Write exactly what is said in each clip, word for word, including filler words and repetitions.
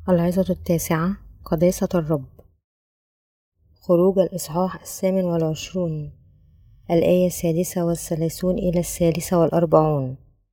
العظة التاسعة: قداسة الرب. خروج الإصحاح الثامن والعشرون، الآية السادسة والثلاثون إلى الثالثة والأربعون.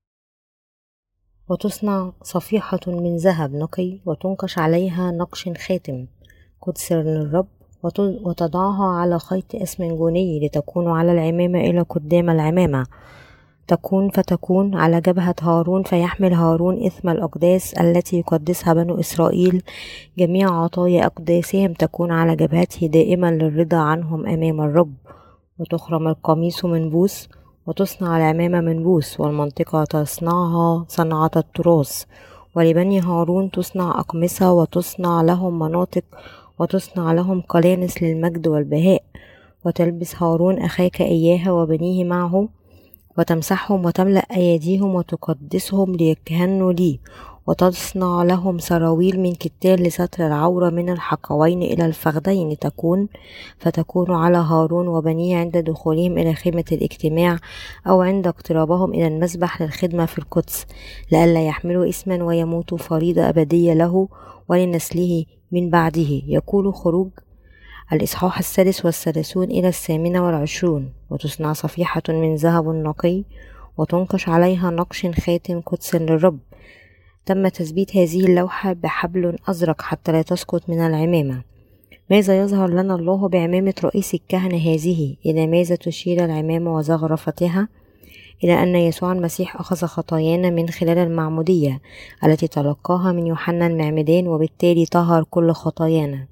وتصنع صفيحة من ذهب نقي، وتنقش عليها نقش خاتم قدس للرب، وتضعها على خيط اسمنجوني لتكون على العمامة إلى قدام العمامة، تكون فتكون على جبهة هارون، فيحمل هارون إثم الأقداس التي يقدسها بنو إسرائيل. جميع عطايا أقداسهم تكون على جبهته دائما للرضا عنهم أمام الرب. وتخرم القميص من بوس، وتصنع العمامة من بوس، والمنطقة تصنعها صنعة التراث. ولبني هارون تصنع أقمصة، وتصنع لهم مناطق، وتصنع لهم قلانس للمجد والبهاء. وتلبس هارون أخاك إياها وبنيه معه، وتمسحهم وتملأ أيديهم وتقدسهم ليكهنوا لي. وتصنع لهم سراويل من كتان لستر العورة من الحقوين إلى الفخذين، تكون فتكون على هارون وبنيه عند دخولهم إلى خيمة الاجتماع، أو عند اقترابهم إلى المسبح للخدمة في القدس، لئلا يحملوا اسما ويموتوا فريضة أبدية له ولنسله من بعده. يقول خروج الإصحاح السادس والثلاثون إلى الثامنة والعشرون: وتصنع صفيحة من ذهب نقي، وتنقش عليها نقش خاتم قدس للرب. تم تثبيت هذه اللوحة بحبل أزرق حتى لا تسقط من العمامة. ماذا يظهر لنا الله بعمامة رئيس الكهنة هذه؟ إلى ماذا تشير العمامة وزخرفتها؟ إلى أن يسوع المسيح أخذ خطايانا من خلال المعمودية التي تلقاها من يوحنا المعمدان، وبالتالي طهر كل خطايانا.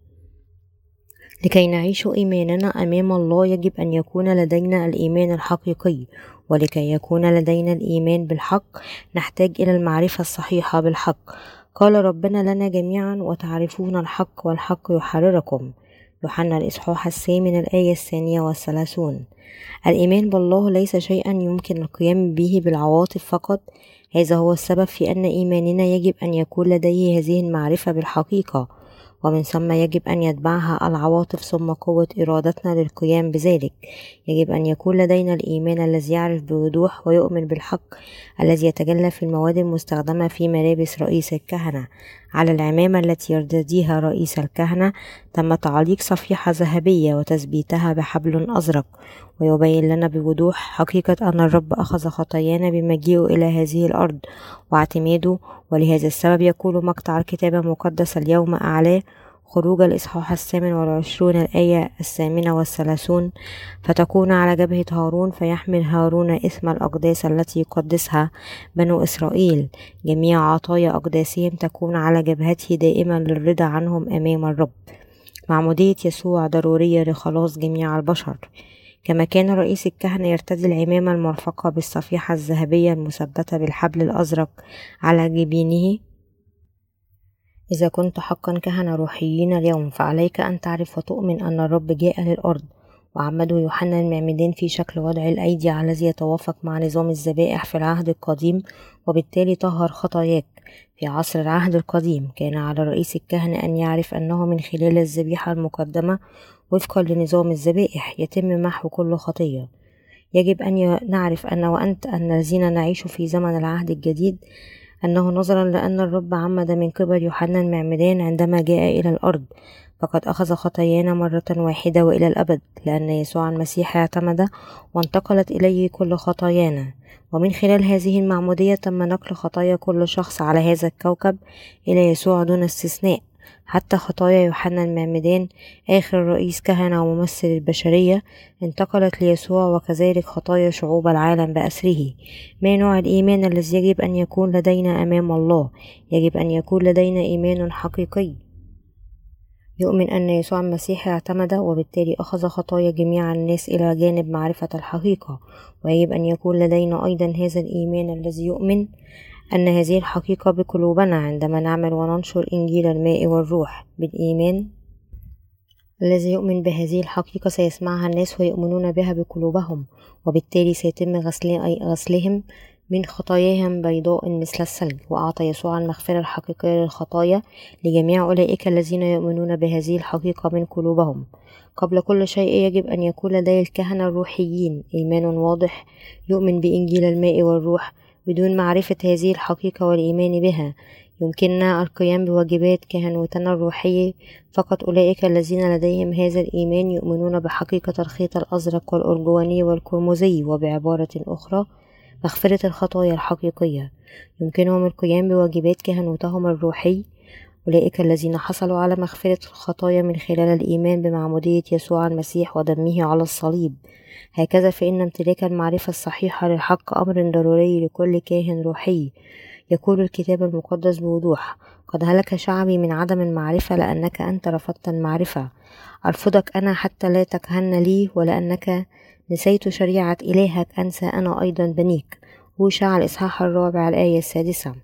لكي نعيش إيماننا أمام الله يجب أن يكون لدينا الإيمان الحقيقي، ولكي يكون لدينا الإيمان بالحق نحتاج إلى المعرفة الصحيحة بالحق. قال ربنا لنا جميعا: وتعرفون الحق والحق يحرركم. يوحنا الإصحاح الثامن الآية الثانية والثلاثون. الإيمان بالله ليس شيئا يمكن القيام به بالعواطف فقط. هذا هو السبب في أن إيماننا يجب أن يكون لديه هذه المعرفة بالحقيقة، ومن ثم يجب أن يتبعها العواطف ثم قوة إرادتنا للقيام بذلك. يجب أن يكون لدينا الإيمان الذي يعرف بوضوح ويؤمن بالحق الذي يتجلى في المواد المستخدمة في ملابس رئيس الكهنة. على العمامة التي يرتديها رئيس الكهنة تم تعليق صفيحة ذهبية وتثبيتها بحبل أزرق، ويبين لنا بوضوح حقيقة أن الرب أخذ خطايانا بمجيئه إلى هذه الأرض واعتماده. ولهذا السبب يقول مقطع الكتاب المقدس اليوم أعلاه: خروج الإصحاح الثامن والعشرون الآية الثامنة والثلاثون: فتكون على جبهة هارون، فيحمل هارون إثم الأقداس التي يقدسها بنو إسرائيل. جميع عطايا أقداسهم تكون على جبهته دائما للرضا عنهم أمام الرب. معمودية يسوع ضرورية لخلاص جميع البشر. كما كان رئيس الكهنة يرتدي العمامة المرفقة بالصفيحة الذهبية المثبتة بالحبل الأزرق على جبينه، إذا كنت حقا كهنة روحيين اليوم فعليك أن تعرف وتؤمن أن الرب جاء للأرض وعمده يوحنا المعمدان في شكل وضع الأيدي الذي يتوافق مع نظام الذبائح في العهد القديم، وبالتالي طهر خطاياك. في عصر العهد القديم كان على رئيس الكهنة أن يعرف أنه من خلال الذبيحة المقدمة وفقا لنظام الذبائح يتم محو كل خطية. يجب أن نعرف أن وأنت أن الذين نعيش في زمن العهد الجديد أنه نظرا لأن الرب عمد من قبل يوحنا المعمدان عندما جاء إلى الأرض فقد أخذ خطايانا مرة واحدة وإلى الأبد، لأن يسوع المسيح اعتمد وانتقلت إليه كل خطايانا. ومن خلال هذه المعمودية تم نقل خطايا كل شخص على هذا الكوكب إلى يسوع دون استثناء، حتى خطايا يوحنا المعمدان آخر رئيس كهنة وممثل البشرية انتقلت ليسوع، وكذلك خطايا شعوب العالم بأسره. ما نوع الإيمان الذي يجب أن يكون لدينا أمام الله؟ يجب أن يكون لدينا إيمان حقيقي يؤمن أن يسوع المسيح اعتمد وبالتالي أخذ خطايا جميع الناس إلى جانب معرفة الحقيقة. ويجب أن يكون لدينا أيضا هذا الإيمان الذي يؤمن أن هذه الحقيقة بقلوبنا عندما نعمل وننشر إنجيل الماء والروح. بالإيمان الذي يؤمن بهذه الحقيقة سيسمعها الناس ويؤمنون بها بقلوبهم، وبالتالي سيتم غسلهم من خطاياهم بيضاء مثل الثلج. وأعطى يسوع المغفرة الحقيقية للخطايا لجميع أولئك الذين يؤمنون بهذه الحقيقة من قلوبهم. قبل كل شيء يجب أن يكون لدي الكهنة الروحيين إيمان واضح يؤمن بإنجيل الماء والروح. بدون معرفة هذه الحقيقة والإيمان بها يمكننا القيام بواجبات كهنوتنا الروحية فقط أولئك الذين لديهم هذا الإيمان يؤمنون بحقيقة الخيط الأزرق والأرجواني والقرمزي، وبعبارة أخرى مغفرة الخطايا الحقيقية. يمكنهم القيام بواجبات كهنوتهم الروحي أولئك الذين حصلوا على مغفرة الخطايا من خلال الإيمان بمعمودية يسوع المسيح ودمه على الصليب. هكذا فإن امتلاك المعرفة الصحيحة للحق أمر ضروري لكل كاهن روحي. يقول الكتاب المقدس بوضوح: قد هلك شعبي من عدم المعرفة لأنك أنت رفضت المعرفة. أرفضك أنا حتى لا تكهن لي، ولأنك نسيت شريعة إلهك أنسى أنا أيضا بنيك. هوشع الإصحاح الرابع الآية السادسة.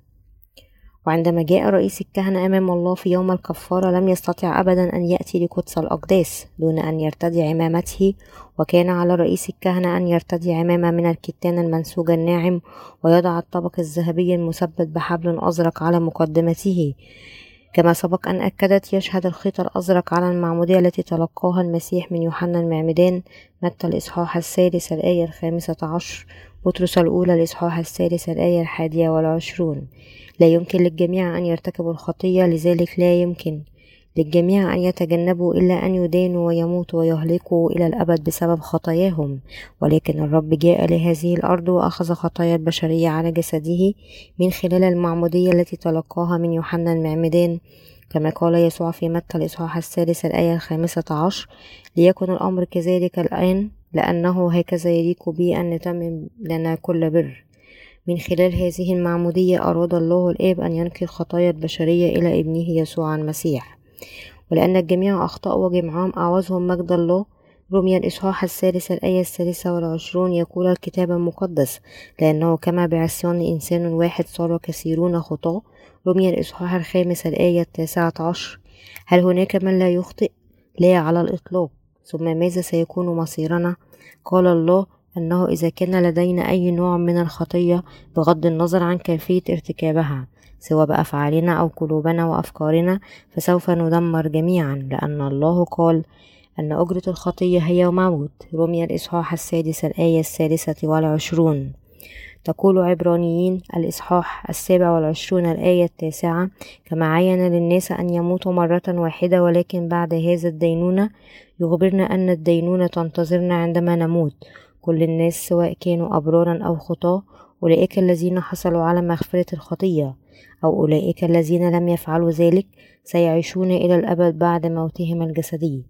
وعندما جاء رئيس الكهنة أمام الله في يوم الكفارة لم يستطع أبدا أن يأتي لقدس الأقداس دون أن يرتدي عمامته، وكان على رئيس الكهنة أن يرتدي عمامة من الكتان المنسوج الناعم ويضع الطبق الذهبي المثبت بحبل أزرق على مقدمته. كما سبق أن أكدت، يشهد الخيط الأزرق على المعمودية التي تلقاها المسيح من يوحنا المعمدان، متى الإصحاح السادس الآية الخامسة عشر، بطرس الأولى الإصحاح السادس الآية الحادية والعشرون. لا يمكن للجميع أن يرتكبوا الخطية، لذلك لا يمكن للجميع أن يتجنبوا إلا أن يدانوا ويموتوا ويهلكوا إلى الأبد بسبب خطاياهم. ولكن الرب جاء لهذه الأرض وأخذ خطايا البشرية على جسده من خلال المعمودية التي تلقاها من يوحنا المعمدان، كما قال يسوع في متى الإصحاح السادس الآية الخامسة عشر: ليكن الأمر كذلك الآن، لأنه هكذا يليق بي أن نتمم لنا كل بر. من خلال هذه المعمودية أراد الله الآب أن ينقل خطايا البشرية إلى ابنه يسوع المسيح. ولأن الجميع أخطأوا وجميعهم أعوزهم مجد الله، رمي الإصحاح الثالث الآية السادسة والعشرون، يقول الكتاب المقدس: لأنه كما بعصيان إنسان واحد صار كثيرون خطاة. رمي الإصحاح الخامس الآية التاسعة عشر. هل هناك من لا يخطئ؟ لا على الإطلاق. ثم ماذا سيكون مصيرنا؟ قال الله أنه إذا كان لدينا أي نوع من الخطية بغض النظر عن كيفية ارتكابها، سواء بأفعالنا أو قلوبنا وأفكارنا، فسوف ندمر جميعا، لأن الله قال أن أجرة الخطية هي موت. رمي الإصحاح السادس الآية السادسة والعشرون. تقول عبرانيين الإصحاح السابع والعشرون الآية التاسعة: كما عين للناس أن يموتوا مرة واحدة، ولكن بعد هذا الدينونة. يخبرنا أن الدينونة تنتظرنا عندما نموت. كل الناس سواء كانوا أبرارا أو خطاة، أولئك الذين حصلوا على مغفرة الخطية أو أولئك الذين لم يفعلوا ذلك، سيعيشون إلى الأبد بعد موتهم الجسدي.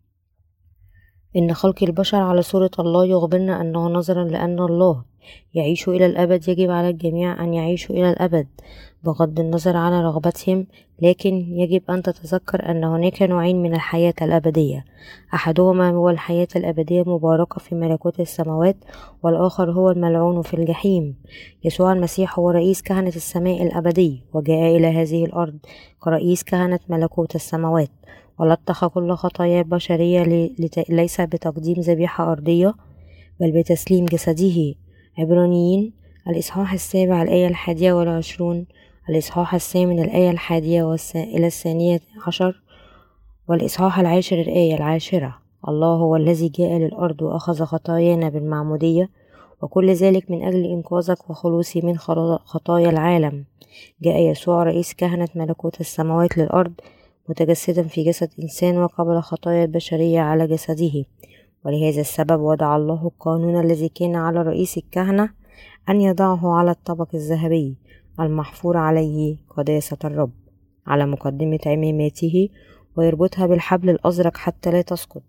إن خلق البشر على صورة الله يخبرنا أنه نظرا لأن الله يعيش إلى الأبد، يجب على الجميع أن يعيشوا إلى الأبد بغض النظر عن رغبتهم. لكن يجب أن تتذكر أن هناك نوعين من الحياة الأبدية: أحدهما هو الحياة الأبدية المباركة في ملكوت السماوات، والآخر هو الملعون في الجحيم. يسوع المسيح هو رئيس كهنة السماء الأبدي، وجاء إلى هذه الأرض كرئيس كهنة ملكوت السماوات، ولطخ كل خطايا البشرية ليس بتقديم ذبيحة أرضية بل بتسليم جسده. عبرانيين الإصحاح السابع الآية الحادية والعشرون، الإصحاح الثامن الآية الحادية والس... إلى الثانية عشر، والإصحاح العاشر الآية العاشرة. الله هو الذي جاء للأرض وأخذ خطايانا بالمعمودية، وكل ذلك من أجل إنقاذك وخلوصي من خطايا العالم. جاء يسوع رئيس كهنة ملكوت السماوات للأرض متجسدا في جسد إنسان، وقبل خطايا البشرية على جسده. ولهذا السبب وضع الله القانون الذي كان على رئيس الكهنة أن يضعه على الطبق الذهبي المحفور عليه قداسة الرب على مقدمة عمامته، ويربطها بالحبل الأزرق حتى لا تسقط.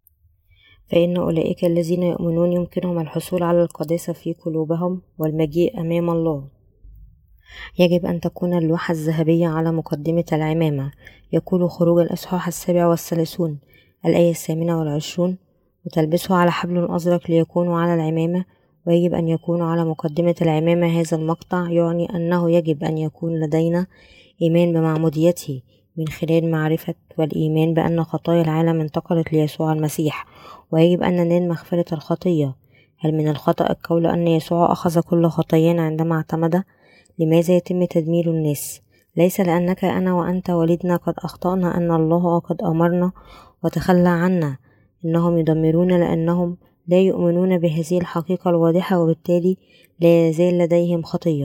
فإن أولئك الذين يؤمنون يمكنهم الحصول على القداسة في قلوبهم والمجيء أمام الله. يجب أن تكون اللوحة الذهبية على مقدمة العمامة. يقول خروج الإصحاح السابع والثلاثون الآية الثامنة والعشرون: وتلبسه على حبل أزرق ليكونوا على العمامة. ويجب أن يكون على مقدمة العمامة. هذا المقطع يعني أنه يجب أن يكون لدينا إيمان بمعموديته من خلال معرفة والإيمان بأن خطايا العالم انتقلت ليسوع المسيح، ويجب أن ننال مغفرة الخطية. هل من الخطأ القول أن يسوع أخذ كل خطايانا عندما اعتمد؟ لماذا يتم تدمير الناس؟ ليس لأنك أنا وأنت والدنا قد أخطأنا أن الله قد أمرنا وتخلى عنا. إنهم يدمرون لأنهم لا يؤمنون بهذه الحقيقة الواضحة، وبالتالي لا يزال لديهم خطية.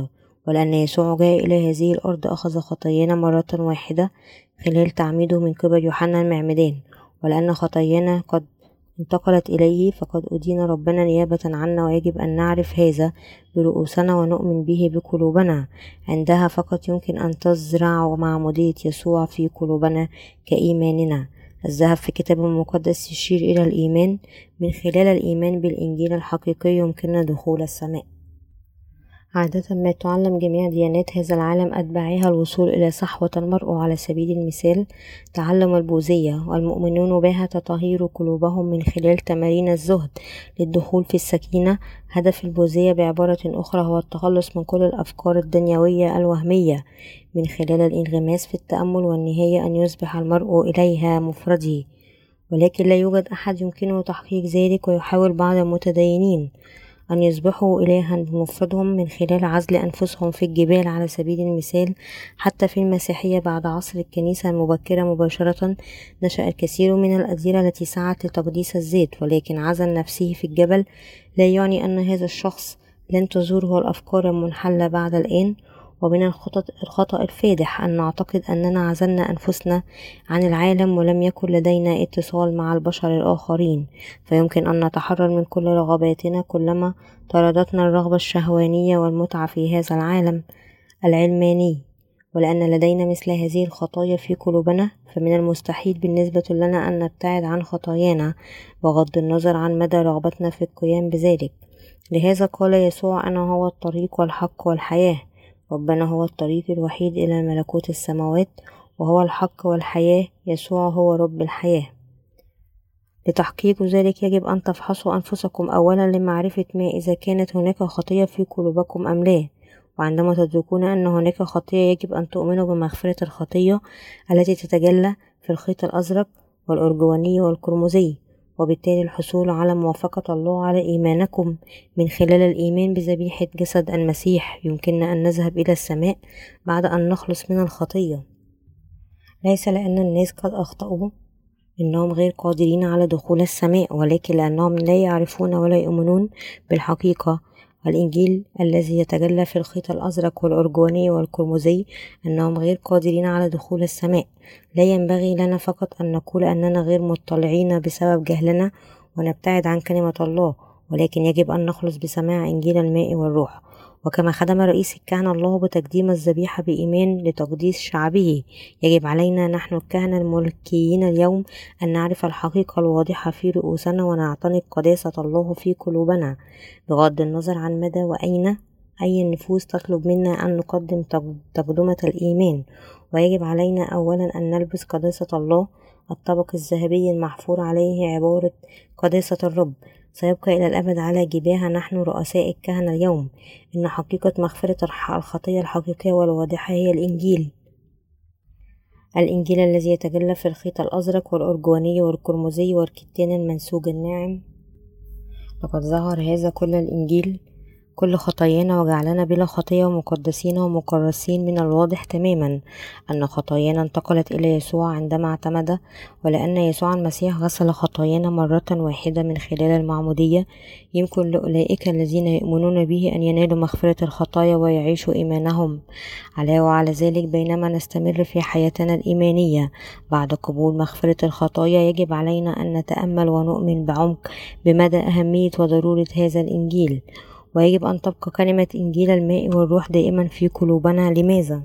ولأن يسوع جاء إلى هذه الأرض أخذ خطايانا مرة واحدة خلال تعميده من قبل يوحنا المعمدان، ولأن خطايانا قد انتقلت إليه فقد أدين ربنا نيابة عنا، ويجب أن نعرف هذا برؤوسنا ونؤمن به بقلوبنا. عندها فقط يمكن أن تزرع معمودية يسوع في قلوبنا كإيماننا. الذهب في الكتاب المقدس يشير إلى الإيمان. من خلال الإيمان بالإنجيل الحقيقي يمكننا دخول السماء. عادة ما تعلم جميع ديانات هذا العالم أتباعها الوصول إلى صحوة المرء، على سبيل المثال تعلم البوذية، والمؤمنون بها تطهير قلوبهم من خلال تمارين الزهد للدخول في السكينة. هدف البوذية بعبارة أخرى هو التخلص من كل الأفكار الدنيوية الوهمية من خلال الانغماس في التأمل، والنهاية أن يصبح المرء إليها مفرده. ولكن لا يوجد أحد يمكنه تحقيق ذلك، ويحاول بعض المتدينين أن يصبحوا إلها بمفردهم من خلال عزل أنفسهم في الجبال على سبيل المثال. حتى في المسيحية بعد عصر الكنيسة المبكرة مباشرة نشأ الكثير من الأديرة التي سعت لتقديس الذات، ولكن عزل نفسه في الجبل لا يعني أن هذا الشخص لن تزوره الأفكار المنحلة بعد الآن. ومن الخطأ الفادح أن نعتقد أننا عزلنا أنفسنا عن العالم ولم يكن لدينا اتصال مع البشر الآخرين، فيمكن أن نتحرر من كل رغباتنا كلما طردتنا الرغبة الشهوانية والمتعة في هذا العالم العلماني. ولأن لدينا مثل هذه الخطايا في قلوبنا، فمن المستحيل بالنسبة لنا أن نبتعد عن خطايانا بغض النظر عن مدى رغبتنا في القيام بذلك. لهذا قال يسوع: أنا هو الطريق والحق والحياة. ربنا هو الطريق الوحيد إلى ملكوت السماوات، وهو الحق والحياة. يسوع هو رب الحياة. لتحقيق ذلك يجب أن تفحصوا أنفسكم أولا لمعرفة ما إذا كانت هناك خطية في قلوبكم أم لا. وعندما تدركون أن هناك خطية يجب أن تؤمنوا بمغفرة الخطية التي تتجلى في الخيط الأزرق والأرجواني والقرمزي، وبالتالي الحصول على موافقة الله على إيمانكم. من خلال الإيمان بذبيحة جسد المسيح يمكننا أن نذهب إلى السماء بعد أن نخلص من الخطية، ليس لأن الناس قد أخطأوا إنهم غير قادرين على دخول السماء، ولكن لأنهم لا يعرفون ولا يؤمنون بالحقيقة الإنجيل الذي يتجلى في الخيط الأزرق والأرجواني والقرمزي أنهم غير قادرين على دخول السماء. لا ينبغي لنا فقط أن نقول أننا غير مطلعين بسبب جهلنا ونبتعد عن كلمة الله، ولكن يجب أن نخلص بسماع إنجيل الماء والروح. وكما خدم رئيس الكهنة الله بتقديم الذبيحة بإيمان لتقديس شعبه، يجب علينا نحن الكهنة الملكيين اليوم أن نعرف الحقيقة الواضحة في رؤوسنا ونعتنق قداسة الله في قلوبنا بغض النظر عن مدى وأين أي النفوس تطلب منا أن نقدم تقدمة الإيمان. ويجب علينا أولا أن نلبس قداسة الله. الطبق الذهبي المحفور عليه عبارة قداسة الرب سيبقى إلى الأبد على جباهنا نحن رؤساء الكهنة اليوم. إن حقيقة مغفرة الخطية الحقيقية والواضحة هي الإنجيل الإنجيل الذي يتجلى في الخيط الأزرق والأرجواني والقرمزي والكتان المنسوج الناعم. لقد ظهر هذا كل الإنجيل كل خطايانا وجعلنا بلا خطية ومقدسين ومكرسين. من الواضح تماما أن خطايانا انتقلت إلى يسوع عندما اعتمد، ولأن يسوع المسيح غسل خطايانا مرة واحدة من خلال المعمودية، يمكن لأولئك الذين يؤمنون به أن ينالوا مغفرة الخطايا ويعيشوا إيمانهم. علاوة على ذلك، بينما نستمر في حياتنا الإيمانية بعد قبول مغفرة الخطايا، يجب علينا أن نتأمل ونؤمن بعمق بمدى أهمية وضرورة هذا الإنجيل، ويجب أن تبقى كلمة إنجيل الماء والروح دائما في قلوبنا. لماذا؟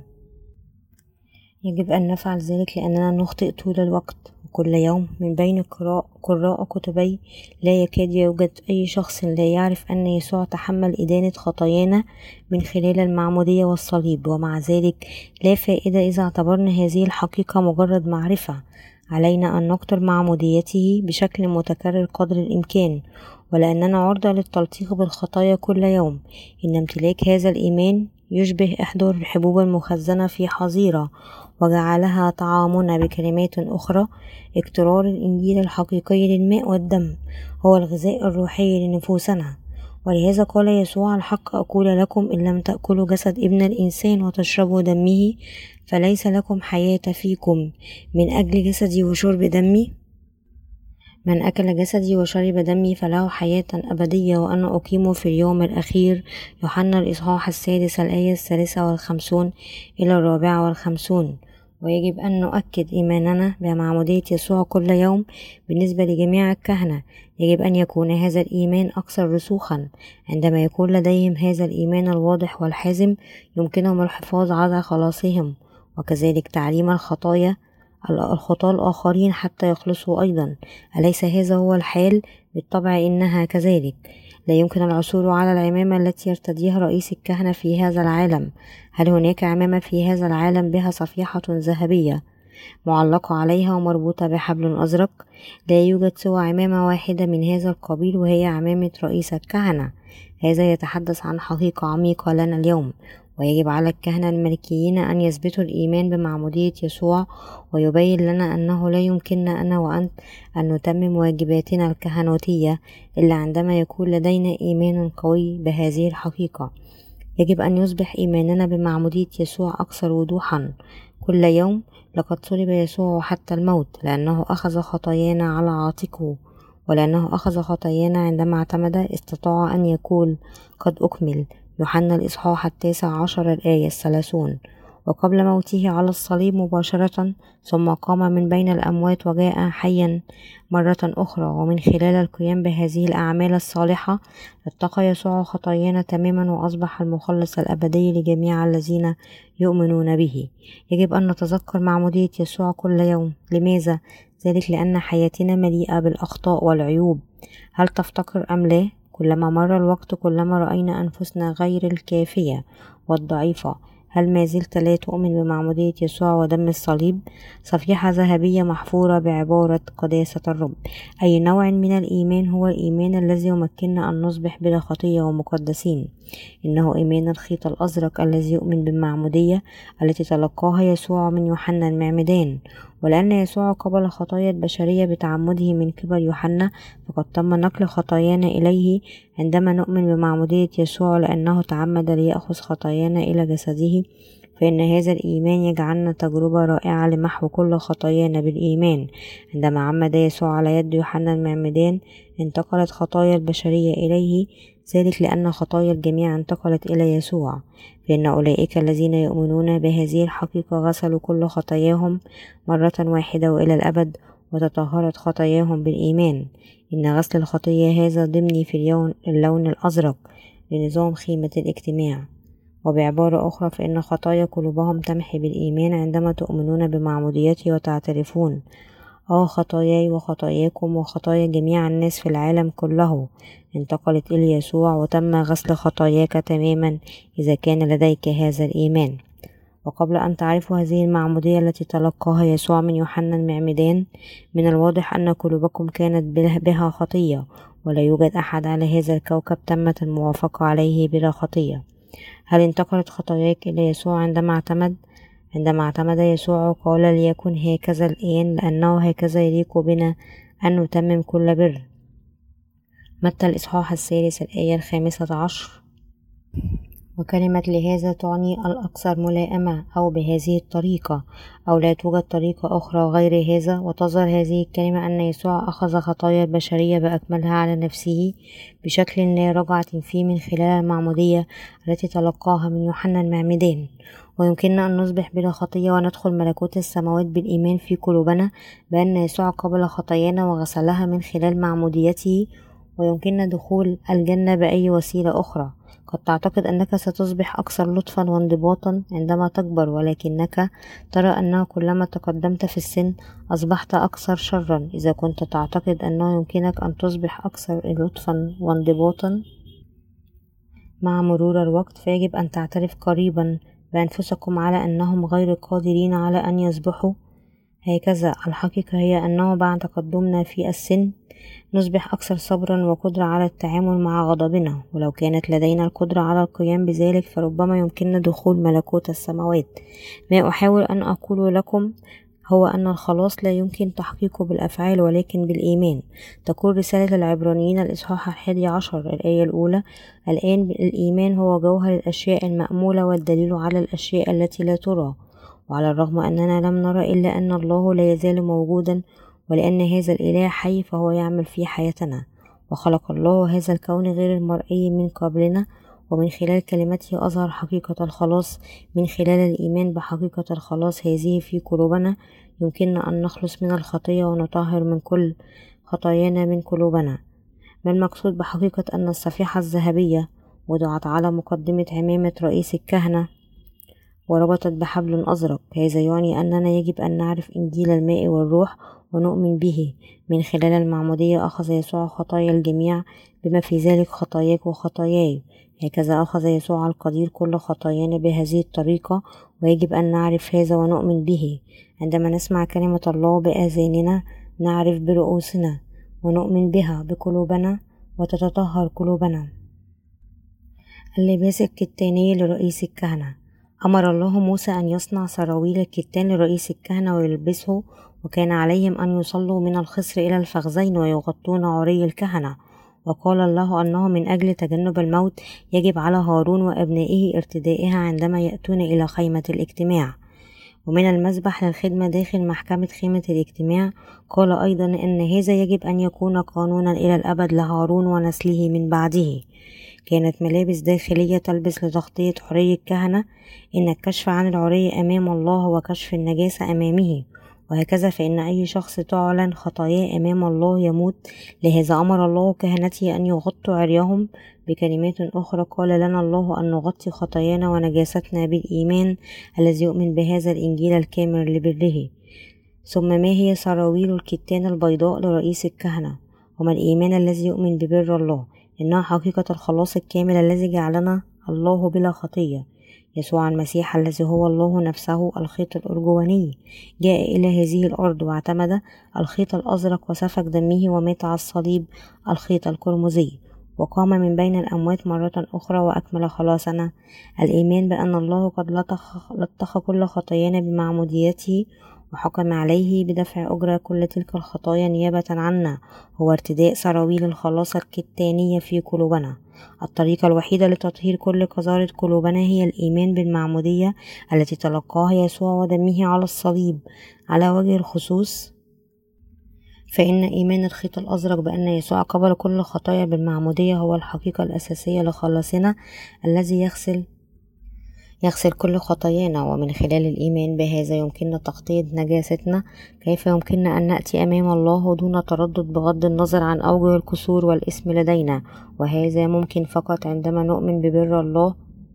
يجب أن نفعل ذلك لأننا نخطئ طول الوقت وكل يوم. من بين قراء كتبي لا يكاد يوجد أي شخص لا يعرف أن يسوع تحمل إدانة خطايانا من خلال المعمودية والصليب، ومع ذلك لا فائدة إذا اعتبرنا هذه الحقيقة مجرد معرفة. علينا أن نقتل معموديته بشكل متكرر قدر الإمكان، ولأننا عرضة للتلطيخ بالخطايا كل يوم. إن امتلاك هذا الإيمان يشبه إحضار الحبوب المخزنة في حظيرة وجعلها طعامنا. بكلمات أخرى، اقترار الإنجيل الحقيقي للماء والدم هو الغذاء الروحي لنفوسنا. ولهذا قال يسوع: الحق أقول لكم، إن لم تأكلوا جسد ابن الإنسان وتشربوا دمه فليس لكم حياة فيكم. من أجل جسدي وشرب دمي من أكل جسدي وشرب دمي فله حياة أبدية وأنا أقيمه في اليوم الأخير. يوحنا الإصحاح السادس الآية الثالثة والخمسون إلى الرابعة والخمسون. ويجب أن نؤكد إيماننا بمعمودية يسوع كل يوم. بالنسبة لجميع الكهنة يجب أن يكون هذا الإيمان أكثر رسوخا. عندما يكون لديهم هذا الإيمان الواضح والحازم يمكنهم الحفاظ على خلاصهم، وكذلك تعليم الخطايا الخطاة الآخرين حتى يخلصوا أيضا. أليس هذا هو الحال؟ بالطبع إنها كذلك. لا يمكن العثور على العمامة التي يرتديها رئيس الكهنة في هذا العالم. هل هناك عمامة في هذا العالم بها صفيحة ذهبية معلقة عليها ومربوطة بحبل أزرق؟ لا يوجد سوى عمامة واحدة من هذا القبيل، وهي عمامة رئيس الكهنة. هذا يتحدث عن حقيقة عميقة لنا اليوم، ويجب على الكهنة الملكيين أن يثبتوا الإيمان بمعمودية يسوع، ويبين لنا أنه لا يمكننا أنا وأنت أن نتمم واجباتنا الكهنوتية إلا عندما يكون لدينا إيمان قوي بهذه الحقيقة. يجب أن يصبح إيماننا بمعمودية يسوع أكثر وضوحا كل يوم. لقد صلب يسوع حتى الموت لأنه أخذ خطايانا على عاتقه، ولأنه أخذ خطايانا عندما اعتمد استطاع أن يقول قد أكمل. يوحنا الإصحاح التاسع عشر الآية الثلاثون. وقبل موته على الصليب مباشرة ثم قام من بين الأموات وجاء حيا مرة أخرى، ومن خلال القيام بهذه الأعمال الصالحة اتقى يسوع خطايانا تماما وأصبح المخلص الأبدي لجميع الذين يؤمنون به. يجب أن نتذكر معمودية يسوع كل يوم. لماذا؟ ذلك لأن حياتنا مليئة بالأخطاء والعيوب. هل تفتقر أم لا؟ كلما مر الوقت كلما رأينا أنفسنا غير الكافية والضعيفة. هل ما زلت لا تؤمن بمعمودية يسوع ودم الصليب؟ صفيحة ذهبية محفورة بعبارة قداسة الرب. أي نوع من الإيمان هو الإيمان الذي يمكننا أن نصبح بلا خطية ومقدسين؟ إنه إيمان الخيط الأزرق الذي يؤمن بالمعمودية التي تلقاها يسوع من يوحنا المعمدان. ولأن يسوع قبل خطايا البشرية بتعمده من قبل يوحنا، فقد تم نقل خطايانا إليه عندما نؤمن بمعمودية يسوع، لأنه تعمد ليأخذ خطايانا إلى جسده. فإن هذا الإيمان يجعلنا تجربة رائعة لمحو كل خطايانا بالإيمان. عندما عمد يسوع على يد يوحنا المعمدان انتقلت خطايا البشرية إليه، ذلك لأن خطايا الجميع انتقلت إلى يسوع. فإن أولئك الذين يؤمنون بهذه الحقيقة غسلوا كل خطاياهم مرة واحدة وإلى الأبد، وتطهرت خطاياهم بالإيمان. إن غسل الخطية هذا ضمني في اللون الأزرق لنظام خيمة الاجتماع. وبعبارة أخرى فإن خطايا قلوبهم تمحي بالإيمان عندما تؤمنون بمعموديته وتعترفون: آه خطاياي وخطاياكم وخطايا جميع الناس في العالم كله انتقلت إلى يسوع، وتم غسل خطاياك تماما إذا كان لديك هذا الإيمان. وقبل أن تعرفوا هذه المعمودية التي تلقاها يسوع من يوحنا المعمدان، من الواضح أن قلوبكم كانت بها خطية، ولا يوجد أحد على هذا الكوكب تمت الموافقة عليه بلا خطية. هل انتقلت خطاياك إلى يسوع عندما اعتمد؟ عندما اعتمد يسوع قال: ليكن هكذا الآن، لأنه هكذا يليق بنا أن نتمم كل بر. متى الإصحاح الثالث الآية الخامسة عشر. وكلمة لهذا تعني الأكثر ملائمة، أو بهذه الطريقة، أو لا توجد طريقة أخرى غير هذا. وتظهر هذه الكلمة أن يسوع أخذ خطايا البشرية بأكملها على نفسه بشكل لا رجعة فيه من خلال المعمودية التي تلقاها من يوحنا المعمدان. ويمكننا أن نصبح بلا خطية وندخل ملكوت السماوات بالإيمان في قلوبنا بأن يسوع قبل خطايانا وغسلها من خلال معموديته. ويمكننا دخول الجنة بأي وسيلة أخرى. قد تعتقد أنك ستصبح أكثر لطفا وانضباطا عندما تكبر، ولكنك ترى أنه كلما تقدمت في السن أصبحت أكثر شرا. إذا كنت تعتقد أنه يمكنك أن تصبح أكثر لطفا وانضباطا مع مرور الوقت، فيجب أن تعترف قريبا بأنفسكم على أنهم غير قادرين على أن يصبحوا هكذا. الحقيقة هي أنه بعد تقدمنا في السن نصبح أكثر صبرا وقدرة على التعامل مع غضبنا. ولو كانت لدينا القدرة على القيام بذلك فربما يمكننا دخول ملكوت السماوات. ما أحاول أن أقول لكم هو أن الخلاص لا يمكن تحقيقه بالأفعال ولكن بالإيمان. تقول رسالة العبرانيين الإصحاح الحادي عشر الآية الأولى: الآن الإيمان هو جوهر الأشياء المأمولة والدليل على الأشياء التي لا ترى. وعلى الرغم أننا لم نرى إلا أن الله لا يزال موجودا ولأن هذا الإله حي فهو يعمل في حياتنا. وخلق الله هذا الكون غير المرئي من قبلنا، ومن خلال كلمته أظهر حقيقة الخلاص. من خلال الإيمان بحقيقة الخلاص هذه في قلوبنا يمكننا أن نخلص من الخطية ونطهر من كل خطايانا من قلوبنا. ما المقصود بحقيقة أن الصفيحة الذهبية وضعت على مقدمة عمامة رئيس الكهنة وربطت بحبل أزرق؟ هذا يعني أننا يجب أن نعرف إنجيل الماء والروح ونؤمن به. من خلال المعمودية أخذ يسوع خطايا الجميع بما في ذلك خطاياك وخطاياي. هكذا أخذ يسوع القدير كل خطايانا بهذه الطريقة، ويجب أن نعرف هذا ونؤمن به. عندما نسمع كلمة الله بآذاننا نعرف برؤوسنا ونؤمن بها بقلوبنا وتتطهر قلوبنا. اللباس الكتاني لرئيس الكهنة. أمر الله موسى أن يصنع سراويل الكتان لرئيس الكهنة ويلبسه، وكان عليهم أن يصلوا من الخصر إلى الفخذين ويغطون عري الكهنة. وقال الله أنه من أجل تجنب الموت يجب على هارون وأبنائه ارتدائها عندما يأتون إلى خيمة الاجتماع. ومن المذبح للخدمة داخل محكمة خيمة الاجتماع قال أيضا أن هذا يجب أن يكون قانونا إلى الأبد لهارون ونسله من بعده. كانت ملابس داخلية تلبس لتغطية عري الكهنة. إن الكشف عن العري أمام الله هو كشف النجاسة أمامه، وهكذا فإن أي شخص تعلن خطاياه أمام الله يموت. لهذا أمر الله كهنته أن يغطوا عريهم. بكلمات أخرى قال لنا الله أن نغطي خطايانا ونجاستنا بالإيمان الذي يؤمن بهذا الإنجيل الكامل لبره. ثم ما هي سراويل الكتان البيضاء لرئيس الكهنة؟ وما الإيمان الذي يؤمن ببر الله؟ إنها حقيقة الخلاص الكامل الذي جعلنا الله بلا خطية. يسوع المسيح الذي هو الله نفسه الخيط الأرجواني جاء إلى هذه الأرض واعتمد الخيط الأزرق وسفك دمه ومات على الصليب الخيط القرمزي، وقام من بين الأموات مرة أخرى وأكمل خلاصنا. الإيمان بأن الله قد لطخ, لطخ كل خطايانا بمعموديته وحكم عليه بدفع أجرة كل تلك الخطايا نيابة عنا هو ارتداء سراويل الخلاص الكتانية في قلوبنا. الطريقة الوحيدة لتطهير كل قذارة قلوبنا هي الإيمان بالمعمودية التي تلقاها يسوع ودمه على الصليب. على وجه الخصوص فإن إيمان الخيط الأزرق بأن يسوع قبل كل خطايا بالمعمودية هو الحقيقة الأساسية لخلاصنا الذي يغسل يغسل كل خطايانا. ومن خلال الإيمان بهذا يمكننا تغطية نجاستنا. كيف يمكننا أن نأتي أمام الله دون تردد بغض النظر عن أوجه الكسور والإثم لدينا؟ وهذا ممكن فقط عندما نؤمن ببر الله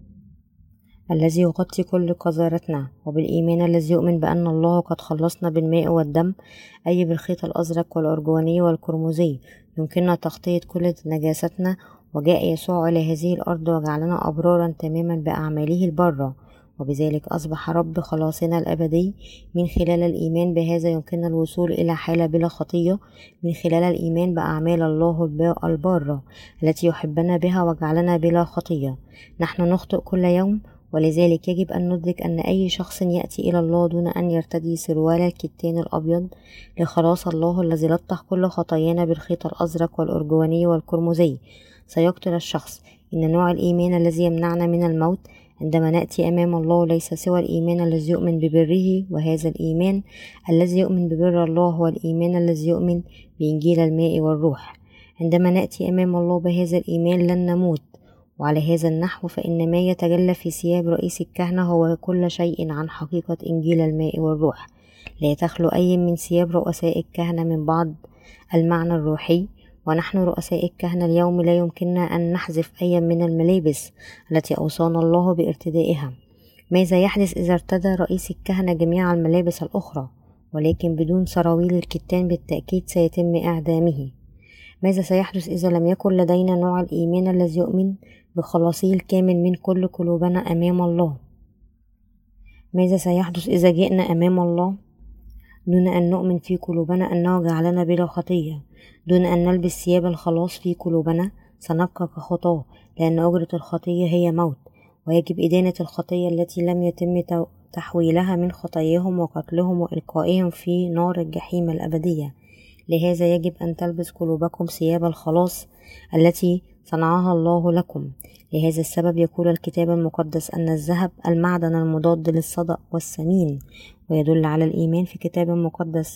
الذي يغطي كل قذارتنا، وبالإيمان الذي يؤمن بأن الله قد خلصنا بالماء والدم، أي بالخيط الأزرق والأرجواني والقرمزي. يمكننا تغطية كل نجاستنا. وجاء يسوع إلى هذه الأرض وجعلنا أبرارا تماما بأعماله البرة، وبذلك أصبح رب خلاصنا الأبدي. من خلال الإيمان بهذا يمكننا الوصول إلى حالة بلا خطية من خلال الإيمان بأعمال الله البارة التي يحبنا بها وجعلنا بلا خطية. نحن نخطئ كل يوم، ولذلك يجب أن ندرك أن أي شخص يأتي إلى الله دون أن يرتدي سروال الكتان الأبيض لخلاص الله الذي لطخ كل خطايانا بالخيط الأزرق والأرجواني والقرمزي سيقتل الشخص. إن نوع الإيمان الذي يمنعنا من الموت عندما نأتي أمام الله ليس سوى الإيمان الذي يؤمن ببره، وهذا الإيمان الذي يؤمن ببر الله هو الإيمان الذي يؤمن بإنجيل الماء والروح. عندما نأتي أمام الله بهذا الإيمان لن نموت. وعلى هذا النحو فإن ما يتجلى في ثياب رئيس الكهنة هو كل شيء عن حقيقة إنجيل الماء والروح. لا تخلو أي من ثياب رؤساء الكهنة من بعض المعنى الروحي، ونحن رؤساء الكهنة اليوم لا يمكننا أن نحذف أي من الملابس التي أوصانا الله بارتدائها. ماذا يحدث إذا ارتدى رئيس الكهنة جميع الملابس الأخرى ولكن بدون سراويل الكتان؟ بالتأكيد سيتم إعدامه. ماذا سيحدث إذا لم يكن لدينا نوع الإيمان الذي يؤمن بخلاصه الكامل من كل قلوبنا أمام الله؟ ماذا سيحدث إذا جئنا أمام الله دون أن نؤمن في قلوبنا أنه جعلنا بلا خطية، دون أن نلبس ثياب الخلاص في قلوبنا؟ سنبقى كخطاة، لأن أجرة الخطية هي موت، ويجب إدانة الخطية التي لم يتم تحويلها من خطاياهم وقتلهم وإلقائهم في نار الجحيم الأبدية. لهذا يجب أن تلبس قلوبكم ثياب الخلاص التي صنعها الله لكم. لهذا السبب يقول الكتاب المقدس أن الذهب المعدن المضاد للصدأ والثمين، ويدل على الإيمان في الكتاب المقدس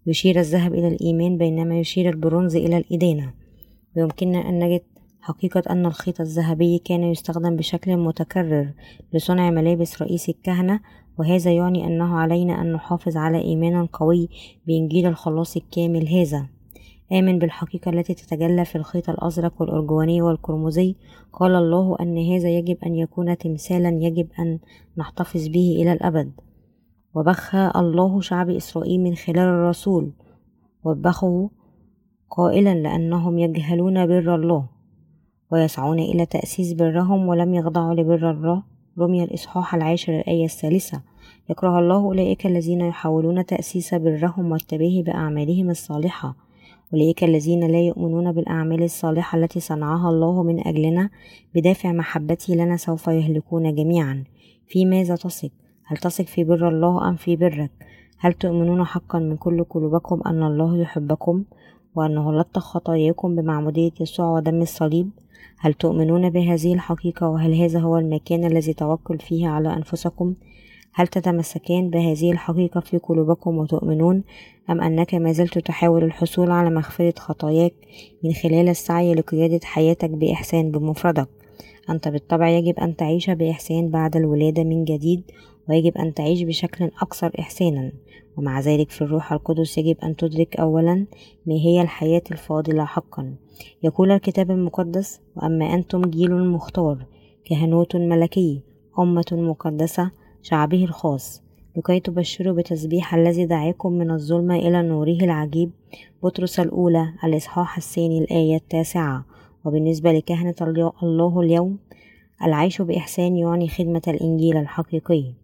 يشير الذهب إلى الإيمان بينما يشير البرونز إلى الإدانة. ويمكننا أن نجد حقيقة أن الخيط الذهبي كان يستخدم بشكل متكرر لصنع ملابس رئيس الكهنة، وهذا يعني أنه علينا أن نحافظ على إيمان قوي بإنجيل الخلاص الكامل. هذا آمن بالحقيقة التي تتجلى في الخيط الأزرق والأرجواني والقرمزي. قال الله أن هذا يجب أن يكون تمثالا يجب أن نحتفظ به إلى الأبد. وبخ الله شعب إسرائيل من خلال الرسول، وبخه قائلا لأنهم يجهلون بر الله ويسعون إلى تأسيس برهم ولم يخضعوا لبر الله. رمي الإصحاح العاشر الآية الثالثة. يكره الله أولئك الذين يحاولون تأسيس برهم والتباهي بأعمالهم الصالحة. أولئك الذين لا يؤمنون بالأعمال الصالحة التي صنعها الله من أجلنا بدافع محبته لنا سوف يهلكون جميعا. في ماذا تثق؟ هل تثق في بر الله أم في برك؟ هل تؤمنون حقا من كل قلوبكم أن الله يحبكم وأنه لطخ خطاياكم بمعمودية يسوع ودم الصليب؟ هل تؤمنون بهذه الحقيقة؟ وهل هذا هو المكان الذي توكل فيه على أنفسكم؟ هل تتمسكان بهذه الحقيقة في قلوبكم وتؤمنون، أم أنك ما زلت تحاول الحصول على مغفرة خطاياك من خلال السعي لقيادة حياتك بإحسان بمفردك؟ أنت بالطبع يجب أن تعيش بإحسان بعد الولادة من جديد، ويجب أن تعيش بشكل أكثر إحسانا. ومع ذلك في الروح القدس يجب أن تدرك أولا ما هي الحياة الفاضلة حقا. يقول الكتاب المقدس: وأما أنتم جيل مختار، كهنوت ملكي، أمة مقدسة، شعبه الخاص، لكي تبشروا بتسبيح الذي دعاكم من الظلمة إلى نوره العجيب. بطرس الأولى الإصحاح الثاني الآية التاسعة. وبالنسبة لكهنة الله اليوم، العيش بإحسان يعني خدمة الإنجيل الحقيقي.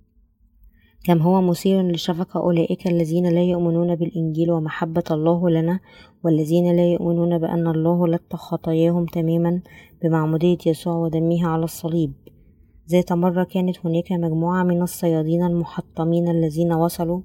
كم هو مثير للشفقة أولئك الذين لا يؤمنون بالإنجيل ومحبة الله لنا، والذين لا يؤمنون بأن الله لطخ خطاياهم تماما بمعمودية يسوع ودمه على الصليب. ذات مرة كانت هناك مجموعة من الصيادين المحطمين الذين وصلوا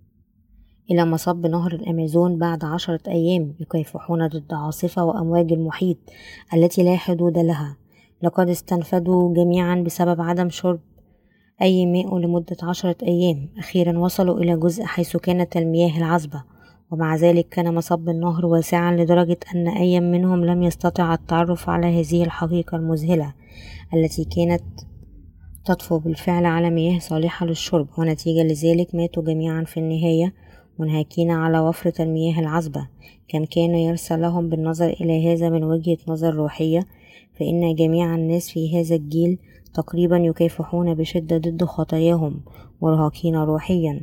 إلى مصب نهر الأمازون بعد عشرة أيام يكافحون ضد عاصفة وأمواج المحيط التي لا حدود لها. لقد استنفدوا جميعا بسبب عدم شرب أي ماء لمدة عشرة أيام. أخيرا وصلوا إلى جزء حيث كانت المياه العذبة، ومع ذلك كان مصب النهر واسعا لدرجة أن أي منهم لم يستطع التعرف على هذه الحقيقة المذهلة التي كانت تطفو بالفعل على مياه صالحة للشرب، ونتيجة لذلك ماتوا جميعا في النهاية منهكين على وفرة المياه العذبة. كم كان يرسى لهم بالنظر إلى هذا من وجهة نظر روحية، فإن جميع الناس في هذا الجيل تقريبا يكافحون بشدة ضد خطاياهم، مرهقين روحيا،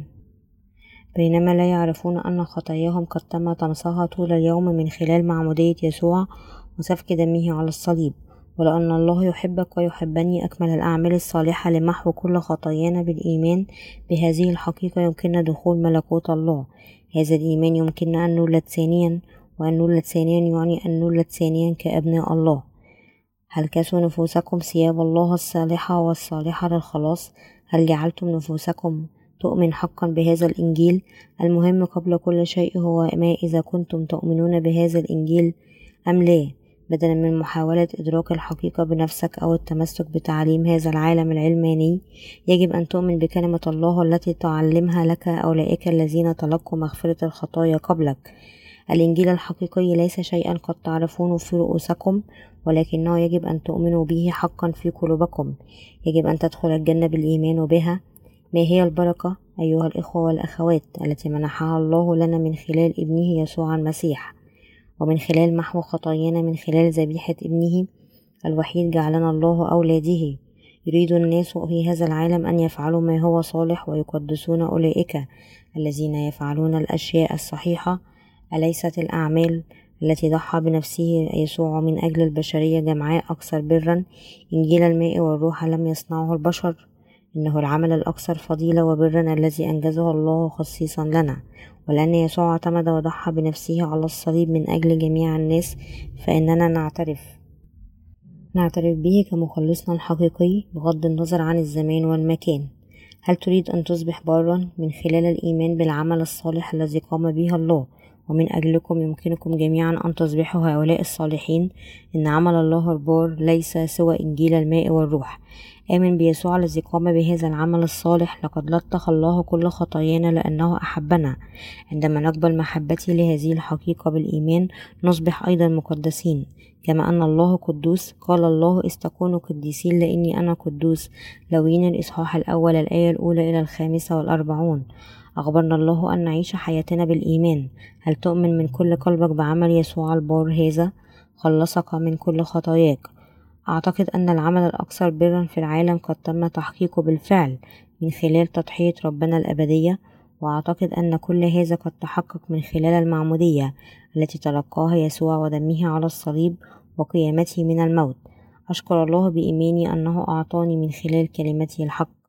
بينما لا يعرفون أن خطاياهم قد تم طمسها طول اليوم من خلال معمودية يسوع وسفك دمه على الصليب. ولأن الله يحبك ويحبني، أكمل الأعمال الصالحة لمحو كل خطايانا بالإيمان بهذه الحقيقة يمكننا دخول ملكوت الله. هذا الإيمان يمكننا أن نولد ثانيا، وأن نولد ثانيا يعني أن نولد ثانيا كأبناء الله. هل كسوا نفوسكم ثياب الله الصالحة والصالحة للخلاص؟ هل جعلتم نفوسكم تؤمن حقا بهذا الإنجيل؟ المهم قبل كل شيء هو ما إذا كنتم تؤمنون بهذا الإنجيل أم لا، بدلا من محاولة إدراك الحقيقة بنفسك أو التمسك بتعليم هذا العالم العلماني. يجب أن تؤمن بكلمة الله التي تعلمها لك أولئك الذين تلقوا مغفرة الخطايا قبلك. الإنجيل الحقيقي ليس شيئا قد تعرفونه في رؤوسكم، ولكنه يجب أن تؤمنوا به حقا في قلوبكم. يجب أن تدخل الجنة بالإيمان بها. ما هي البركة أيها الإخوة والأخوات التي منحها الله لنا من خلال ابنه يسوع المسيح، ومن خلال محو خطايانا من خلال ذبيحة ابنه الوحيد جعلنا الله أولاده. يريد الناس في هذا العالم أن يفعلوا ما هو صالح ويقدسون أولئك الذين يفعلون الأشياء الصحيحة. أليست الأعمال التي ضحى بنفسه يسوع من أجل البشرية جمعاء أكثر برا؟ إنجيل الماء والروح لم يصنعه البشر، إنه العمل الأكثر فضيلة وبرا الذي أنجزه الله خصيصا لنا. ولأن يسوع اعتمد وضحى بنفسه على الصليب من أجل جميع الناس، فإننا نعترف نعترف به كمخلصنا الحقيقي بغض النظر عن الزمان والمكان. هل تريد أن تصبح بارا من خلال الإيمان بالعمل الصالح الذي قام به الله ومن أجلكم يمكنكم جميعا أن تصبحوا هؤلاء الصالحين. إن عمل الله البار ليس سوى إنجيل الماء والروح. آمن بيسوع الذي قام بهذا العمل الصالح، لقد لطخ الله كل خطايانا لأنه أحبنا. عندما نقبل محبته لهذه الحقيقة بالإيمان نصبح أيضا مقدسين. كما أن الله قدوس قال الله استكونوا قديسين لإني أنا قدوس. لوين الإصحاح الأول الآية الأولى إلى الخامسة والأربعون. أخبرنا الله أن نعيش حياتنا بالإيمان. هل تؤمن من كل قلبك بعمل يسوع البار هذا؟ خلصك من كل خطاياك. أعتقد أن العمل الأكثر برا في العالم قد تم تحقيقه بالفعل من خلال تضحية ربنا الأبدية، وأعتقد أن كل هذا قد تحقق من خلال المعمودية التي تلقاها يسوع ودمه على الصليب وقيامته من الموت. أشكر الله بإيماني أنه أعطاني من خلال كلمته الحق